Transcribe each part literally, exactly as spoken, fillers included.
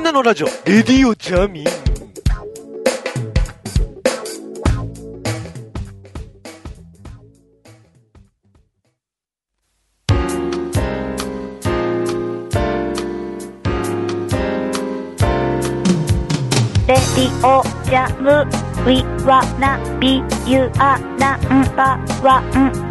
ナのラジオ、レディオジャミン。 レディオジャム、We wanna be you are number one。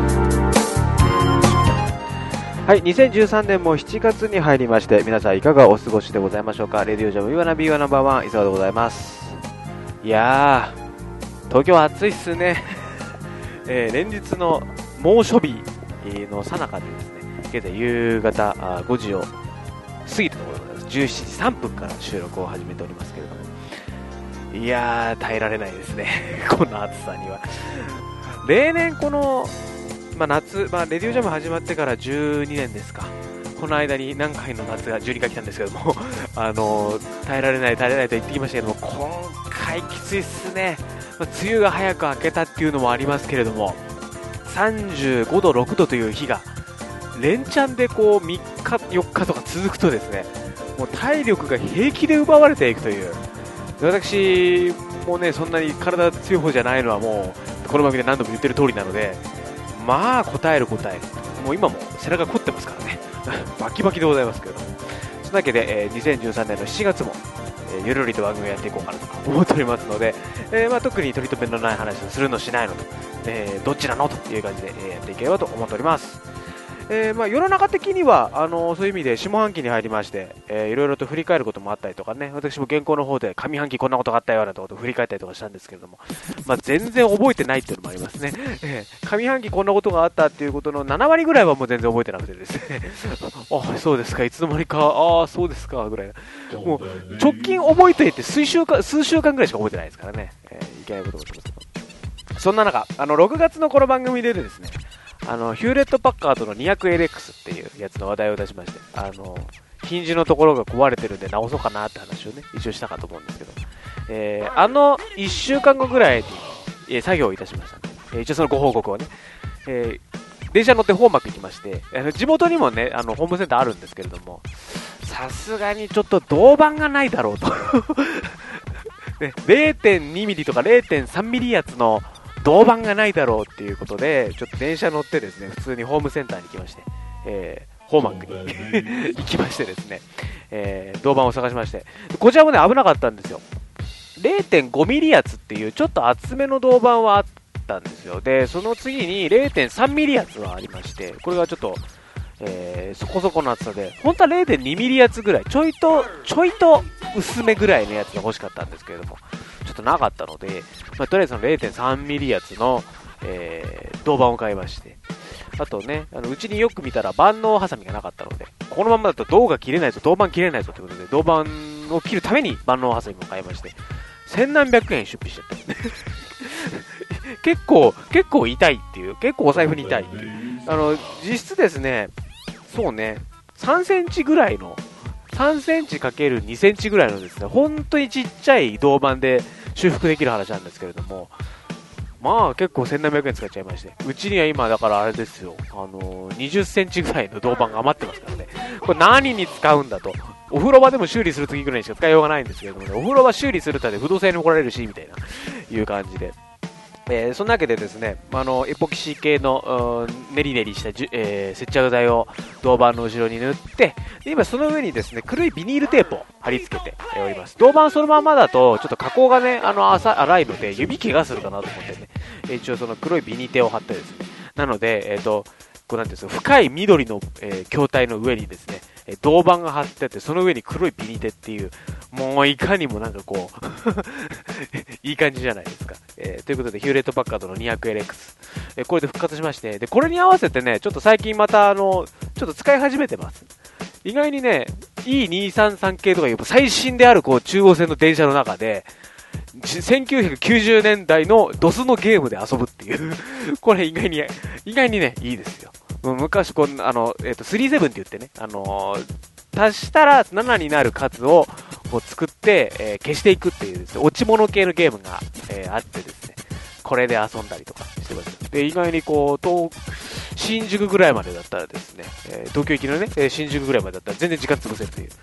はい、にせんじゅうさんねんもしちがつに入りまして、皆さんいかがお過ごしでございましょうか。レディオジャム We wanna be you are number one、伊沢でございます。いやー、東京暑いっすね、えー、連日の猛暑日の最中でですね、現在夕方ごじを過ぎたところでございます。じゅうしちじさんぷんから収録を始めておりますけれども、いやー、耐えられないですねこの暑さには。例年このまあ、夏、まあ、レディオジャム始まってからじゅうにねんですか。この間に何回の夏がじゅうにかい来たんですけどもあの耐えられない耐えられないと言ってきましたけども、今回きついっすね。まあ、梅雨が早く明けたっていうのもありますけれども、さんじゅうごどろくどという日が連チャンでこうみっかよっかとか続くとですね、もう体力が平気で奪われていくという。私もね、そんなに体強い方じゃないのはもうこの番組で何度も言ってる通りなので、まあ答える答える、もう今も背中凝ってますからねバキバキでございますけれども、そのわけで、えー、にせんじゅうさんねんのしちがつも、えー、ゆるりと番組をやっていこうかなと思っておりますので、えーまあ、特に取り留めのない話をするのしないのと、えー、どっちなのという感じで、えー、やっていければと思っております。えーまあ、世の中的にはあのー、そういう意味で下半期に入りまして、えー、いろいろと振り返ることもあったりとかね、私も原稿の方で上半期こんなことがあったようなことを振り返ったりとかしたんですけれども、まあ、全然覚えてないっていうのもありますね、えー、上半期こんなことがあったっていうことのななわりぐらいはもう全然覚えてなくてですねあ、そうですか、いつの間にか、ああそうですかぐらい、もう直近覚えていて数週間数週間ぐらいしか覚えてないですからね、えー、いけないこと思ってますけど、そんな中あのろくがつのこの番組でですね、あのヒューレット・パッカードの にひゃくエルエックス っていうやつの話題を出しまして、あのヒンジのところが壊れてるんで直そうかなって話をね一応したかと思うんですけど、えー、あのいっしゅうかんごぐらいに、えー、作業をいたしました、ね、えー、一応そのご報告をね、えー、電車乗ってホーマック行きまして、あの地元にもねあのホームセンターあるんですけれども、さすがにちょっと銅板がないだろうとね、れいてんにミリとか れいてんさんミリやつの銅板がないだろうっていうことで、ちょっと電車乗ってですね、普通にホームセンターに行きまして、えー、ホーマックに行きましてですね、えー、銅板を探しまして、こちらもね危なかったんですよ。 れいてんごミリやつっていうちょっと厚めの銅板はあったんですよ。でその次に れいてんさんミリやつはありまして、これがちょっと、えー、そこそこの厚さで、本当は れいてんにミリやつぐらい、ちょいとちょいと薄めぐらいのやつが欲しかったんですけれども、ちょっとなかったので、まあ、とりあえずの れいてんさんミリやつの、えー、銅板を買いまして、あとね、あのうちによく見たら万能ハサミがなかったので、このままだと銅が切れないぞ、銅板切れないぞということで、銅板を切るために万能ハサミも買いまして、千何百円出費しちゃって結構結構痛いっていう、結構お財布に痛いっていう、あの実質ですね、そうね、さんセンチぐらいのさんセンチかけるにセンチぐらいのですね、本当にちっちゃい銅板で修復できる話なんですけれども、まあ結構せん何百円使っちゃいまして、うちには今だからあれですよ、あのー、にじゅっセンチぐらいの銅板が余ってますからね、これ何に使うんだと、お風呂場でも修理するときぐらいにしか使いようがないんですけれどもね、お風呂場修理するため不動産に怒られるしみたいないう感じで、えー、そんなわけでですね、あのエポキシ系のネリネリしたじゅ、えー、接着剤を銅板の後ろに塗って、で今その上にですね黒いビニールテープを貼り付けております。銅板そのままだとちょっと加工がねあの浅粗いので指怪我するかなと思ってね、えー、一応その黒いビニテを貼ってですね、なのでえっ、ー、とこうなんですよ、深い緑の、えー、筐体の上にですね銅板が貼ってあって、その上に黒いビニテっていう、もういかにもなんかこういい感じじゃないですか、えー、ということでヒューレット・パッカードの にひゃくエルエックス、えー、これで復活しまして、でこれに合わせてねちょっと最近またあのちょっと使い始めてます。意外にね イーにひゃくさんじゅうさん 系とかいう最新であるこう中央線の電車の中でせんきゅうひゃくきゅうじゅうねんだいの ドス のゲームで遊ぶっていうこれ意外に意外にねいいですよ。昔こんあの、えー、とスリーセブンって言ってね、あのー、足したらななになる数をこう作って、えー、消していくっていうですね、落ち物系のゲームが、えー、あってですね、これで遊んだりとかしてます。で意外にこう東新宿ぐらいまでだったらですね、えー、東京行きのね、えー、新宿ぐらいまでだったら全然時間潰せるという、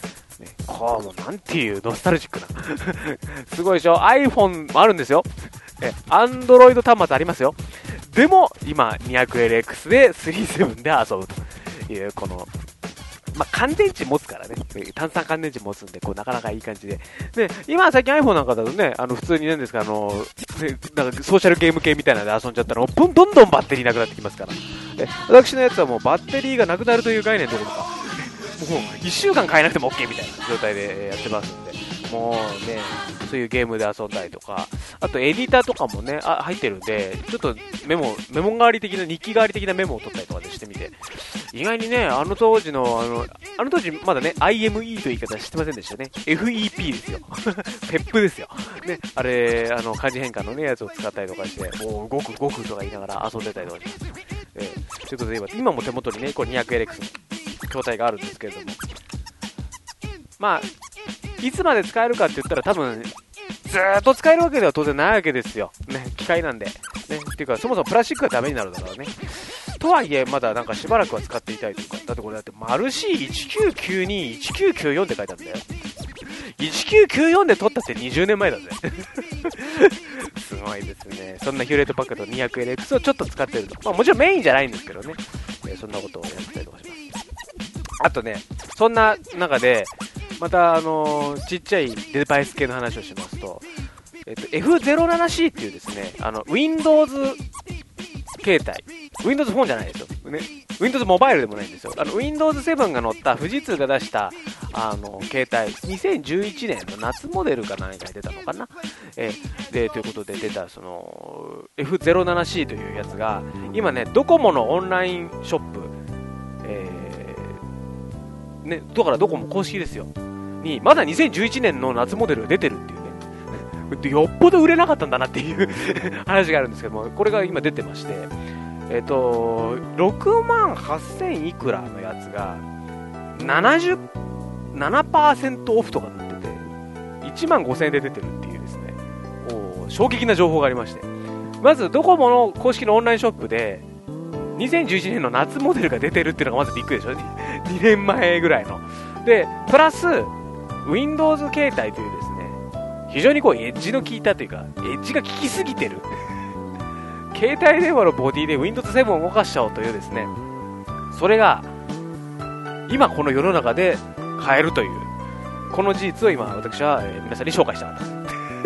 こうもうなんていうノスタルジックなすごいでしょ。 iPhone もあるんですよ。え Android 端末ありますよ。でも今 にひゃくエルエックス でスリーセブンで遊ぶというこの、まあ、乾電池持つからね、炭酸乾電池持つんで、こうなかなかいい感じで。で、今最近 iPhone なんかだとね、あの普通になんですか、あの、ね、なんかソーシャルゲーム系みたいなので遊んじゃったら、もうどんどんバッテリーなくなってきますから。で、私のやつはもうバッテリーがなくなるという概念どころか、もういっしゅうかん買えなくても OK みたいな状態でやってますんで、もうね、そういうゲームで遊んだりとか、あとエディターとかもね、あ入ってるんで、ちょっとメモ、メモ代わり的な、日記代わり的なメモを取ったりとかでしてみて、意外にね、あの当時の、あの、あの当時まだね、アイエムイー という言い方知ってませんでしたよね。エフイーピー ですよ。ペップですよ。ね、あれ、あの、漢字変換のね、やつを使ったりとかして、もう、ごくごくとか言いながら遊んでたりとかします。えー、ということで今、今も手元にね、こう にひゃくエルエックス の筐体があるんですけれども、まあ、いつまで使えるかって言ったら多分、ずーっと使えるわけでは当然ないわけですよ。ね、機械なんで。ね、っていうか、そもそもプラスチックがダメになるだからね。とはいえ、まだなんかしばらくは使っていたいというか、だってこれだって、マルシーいちきゅうきゅうに、いちきゅうきゅうよんって書いてあるんだよ。いちきゅうきゅうよんで撮ったってにじゅうねんまえだぜ。すごいですね。そんなヒューレットパッケット にひゃくエルエックス をちょっと使ってると。まあもちろんメインじゃないんですけどね。えー、そんなことをやったりとかします。あとね、そんな中で、またあのー、ちっちゃいデバイス系の話をしますと、えっと、エフゼロナナシー っていうですね、あの、Windows 携帯、Windows フォンじゃないですよ。ね、Windows モバイルでもないんですよ。あの、ウィンドウズセブン が載った富士通が出した、あの、携帯、にせんじゅういちねんの夏モデルか何かに出たのかな。えー、で、ということで出た、その、エフゼロナナシー というやつが、今ね、ドコモのオンラインショップ、えー、ね、だからドコモ公式ですよ。に、まだにせんじゅういちねんの夏モデルが出てるっていうね。よっぽど売れなかったんだなっていう話があるんですけども、これが今出てまして、えっと、ろくまんはっせんいくらのやつが、ななじゅうななパーセント オフとかになってて、いちまんごせんえんで出てるっていうですね、お衝撃な情報がありまして、まずドコモの公式のオンラインショップで、にせんじゅういちねんの夏モデルが出てるっていうのがまずびっくりでしょ。にねんまえぐらいの。で、プラス、Windows 携帯というですね、非常にこうエッジの効いたというか、エッジが効きすぎてる携帯電話のボディで ウィンドウズセブン を動かしちゃおうというですね、それが今この世の中で買えるというこの事実を今私は、えー、皆さんに紹介したかった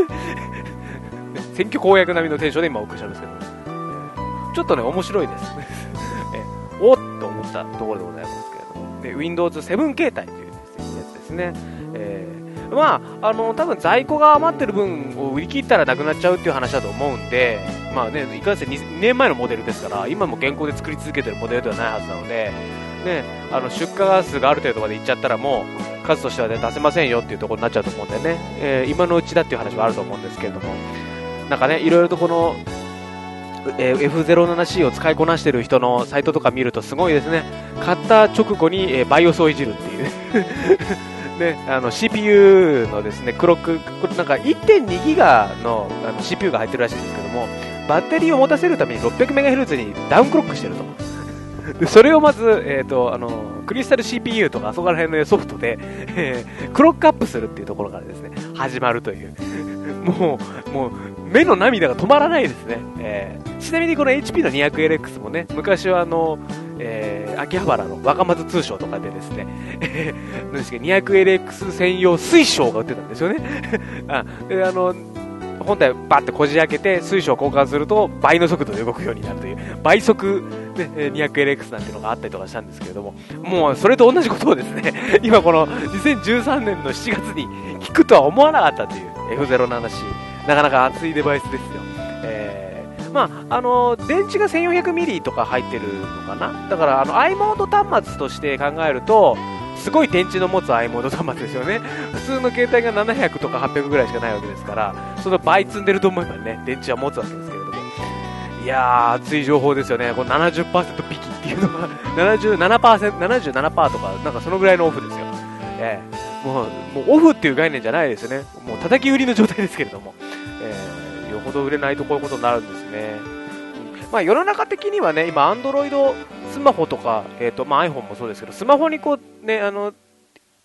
選挙公約並みのテンションで今お送りしてるんですけど、えー、ちょっとね面白いですえー、おっと思ったところでございますけれども、で ウィンドウズセブン 携帯というやつですね、えーまあ、あの多分在庫が余ってる分を売り切ったらなくなっちゃうっていう話だと思うんで、まあね、いかんせんにねんまえのモデルですから今も現行で作り続けてるモデルではないはずなので、ね、あの出荷数がある程度までいっちゃったらもう数としては、ね、出せませんよっていうところになっちゃうと思うんでね、えー、今のうちだっていう話はあると思うんですけれども、なんかねいろいろとこの、えー、エフゼロナナシー を使いこなしてる人のサイトとか見るとすごいですね。買った直後に、えー、バイオスをいじるっていうね、あの シーピーユー のですねクロック、なんか いってんにギガの、あの シーピーユー が入ってるらしいんですけども、バッテリーを持たせるために ろっぴゃくメガヘルツ にダウンクロックしてると。でそれをまず、えーと、あのクリスタル シーピーユー とかそこら辺のソフトで、えー、クロックアップするっていうところからですね始まるというもうもう目の涙が止まらないですね、えー、ちなみにこの エイチピー の にひゃくエルエックス もね昔はあのえー、秋葉原の若松通商とかでですね、えー、にひゃくエルエックス 専用水晶が売ってたんですよねあであの本体をバッてこじ開けて水晶を交換すると倍の速度で動くようになるという倍速、ね、にひゃくエルエックス なんていうのがあったりとかしたんですけれども、もうそれと同じことをですね今このにせんじゅうさんねんのしちがつに聞くとは思わなかったという エフゼロナナシー なかなか熱いデバイスですよ。えーまあ、あの電池が せんよんひゃくミリ とか入ってるのかな。だからあの i モード端末として考えるとすごい電池の持つ i モード端末ですよね。普通の携帯がななひゃくとかはっぴゃくぐらいしかないわけですから、その倍積んでると思えばね電池は持つわけですけれども、いやー熱い情報ですよね。この ななじゅっパーセント 引きっていうのが ななじゅうななパーセント、ななじゅうななパーセント とかなんかそのぐらいのオフですよ。えー、もう、もうオフっていう概念じゃないですよね。もう叩き売りの状態ですけれども、えー、よほど売れないとこういうことになるんですね。まあ、世の中的にはね、今、Android スマホとか、えーとまあ、iPhone もそうですけど、スマホにこう、ね、あの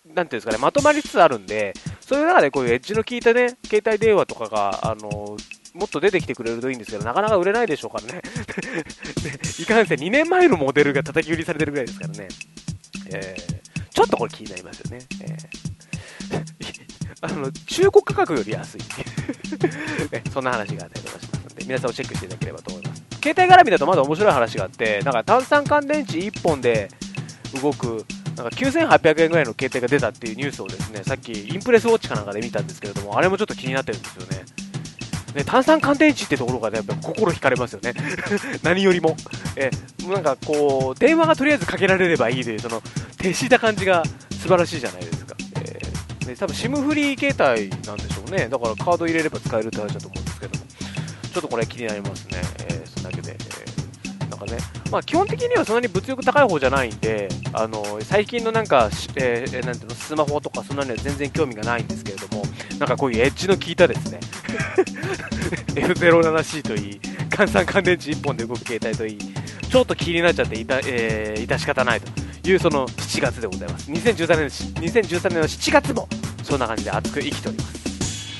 なんていうんですかね、まとまりつつあるんで、そういう中でこういうエッジの効いたね、携帯電話とかが、あのもっと出てきてくれるといいんですけど、なかなか売れないでしょうからね。ね、いかんせんにねんまえのモデルが叩き売りされてるぐらいですからね。えー、ちょっとこれ気になりますよね。えー、あの中古価格より安い、ね、そんな話があったりとかしますので、皆さんもチェックしていただければと思います。携帯絡みだとまだ面白い話があって、なんか炭酸乾電池いっぽんで動くなんかきゅうせんはっぴゃくえんぐらいの携帯が出たっていうニュースをですね、さっきインプレスウォッチかなんかで見たんですけれども、あれもちょっと気になってるんですよね。ね、炭酸乾電池ってところがね、やっぱ心惹かれますよね。何よりも。え、なんかこう、電話がとりあえずかけられればいいという、その、徹した感じが素晴らしいじゃないですか。えー、ね、多分 シム フリー携帯なんでしょうね。だからカード入れれば使えるって話だと思うんですけども、ちょっとこれ気になりますね。えー、そんだけで。えー、なんかね、まあ基本的にはそんなに物欲高い方じゃないんで、あの、最近のなんか、えー、なんていうの、スマホとかそんなには全然興味がないんですけれども、なんかこういうエッジの効いたですね、エフゼロななシー といい、換算乾電池いっぽんで動く携帯といい、ちょっと気になっちゃっていた、えー、致し方ないというそのしちがつでございます。にせんじゅうさんねんの、にせんじゅうさんねんのしちがつもそんな感じで熱く生きております。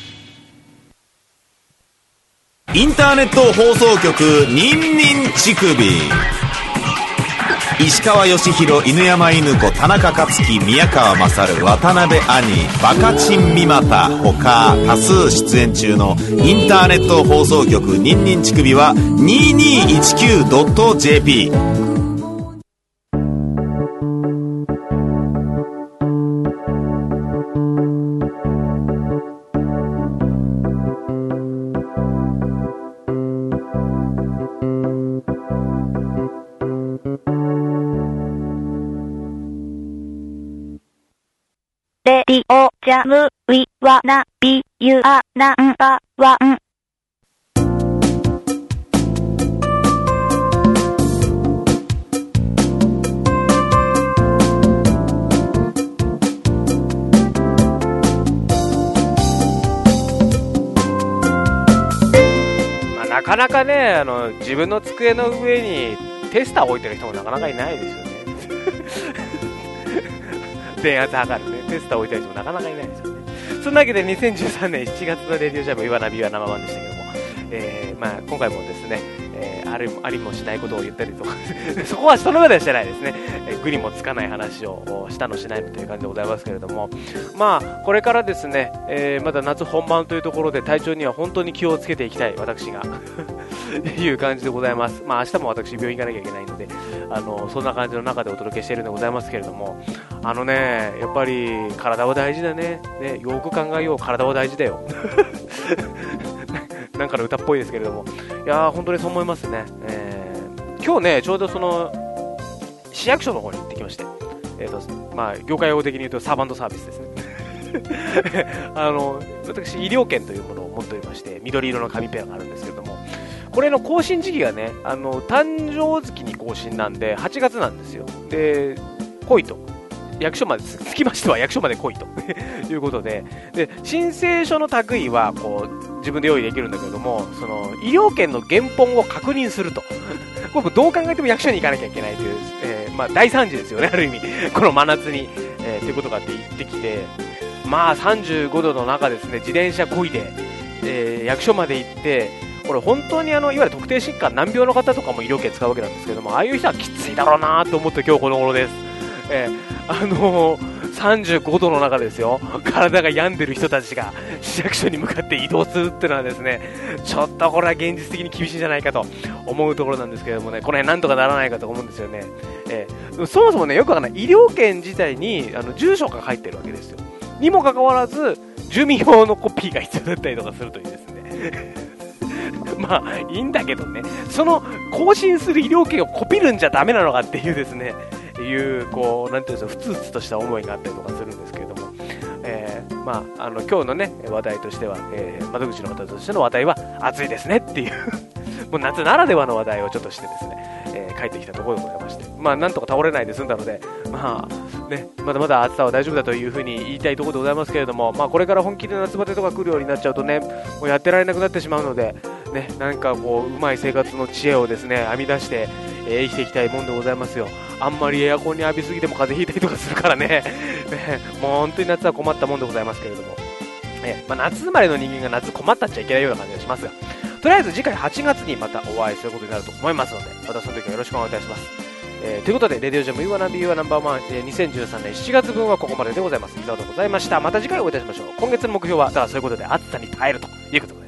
インターネット放送局ニンニン乳首、石川義弘、犬山犬子、田中克樹、宮川勝、渡辺兄、バカチン三股他多数出演中のインターネット放送局ニンニン乳首は にーにーいちきゅうドットジェーピー。 レディオジャムウィワナビユアナンバーワン。 まあ、なかなかね、あの自分の机の上にテスター置いてる人もなかなかいないですよね。電圧測るね、テスター置いた人もなかなかいないですよね。そんなわけでにせんじゅうさんねんしちがつのレディオジャム、イワナビは生版でしたけども、えー、まあ今回もですね、えー、あるありもしないことを言ったりとかそこはその上ではしてないですね、えー、具にもつかない話をしたのしないのという感じでございますけれども、まあこれからですね、えー、まだ夏本番というところで体調には本当に気をつけていきたい私がいう感じでございます。まあ明日も私病院行かなきゃいけないので、あのそんな感じの中でお届けしているのでございますけれども、あのね、やっぱり体は大事だね。ね、よく考えよう、体は大事だよ。なんかの歌っぽいですけれども、いやー本当にそう思いますね。えー、今日ね、ちょうどその市役所の方に行ってきまして、えーとまあ、業界用語的に言うとサーバントサービスですね。あの私、医療券というものを持っておりまして、緑色の紙ペアがあるんですけれども、これの更新時期がね、あの誕生月に更新なんではちがつなんですよ。で、来いと、役所までつきましては役所まで来いということで、で申請書の類はこう自分で用意できるんだけれども、その医療券の原本を確認するとこれもどう考えても役所に行かなきゃいけないという、えーまあ、大惨事ですよね、ある意味この真夏に、えー、ということがあって行ってきて、まあさんじゅうごどの中ですね、自転車こいで、えー、役所まで行って、これ本当にあのいわゆる特定疾患難病の方とかも医療券使うわけなんですけども、ああいう人はきついだろうなと思って今日この頃です。えー、あのー、さんじゅうごどの中ですよ、体が病んでる人たちが市役所に向かって移動するっていうのはですね、ちょっとこれは現実的に厳しいんじゃないかと思うところなんですけれどもね、この辺なんとかならないかと思うんですよね。えー、そもそもね、よくわかんない医療券自体にあの住所が入ってるわけですよ。にもかかわらず住民票のコピーが必要だったりとかするというですねまあいいんだけどね、その更新する医療券をコピるんじゃダメなのかっていうですね、いうこうなんていうんですか、ふつふつとした思いがあったりとかするんですけれども、えー、まああの今日のね話題としては、えー、窓口の方としての話題は暑いですねっていうもう夏ならではの話題をちょっとしてですね、えー、帰ってきたところでございまして、まあなんとか倒れないで済んだので、まあね、まだまだ暑さは大丈夫だというふうに言いたいところでございますけれども、まあこれから本気で夏バテとか来るようになっちゃうとね、もうやってられなくなってしまうのでね、なんかこううまい生活の知恵をですね編み出して、えー、生きていきたいもんでございますよ。 あんまりエアコンに浴びすぎても風邪ひいたりとかするからねね、もう本当に夏は困ったもんでございますけれども、えまあ、夏生まれの人間が夏困ったっちゃいけないような感じがしますが、とりあえず次回はちがつにまたお会いすることになると思いますので、またその時はよろしくお願いいたします。えー、ということで、レディオジャム You wanna be youナンバーワン、えー、にせんじゅうさんねんしちがつぶんはここまででございます。以上でございました。また次回お会いいたしましょう。今月の目標は、だからそういうことで暑さに耐えるということで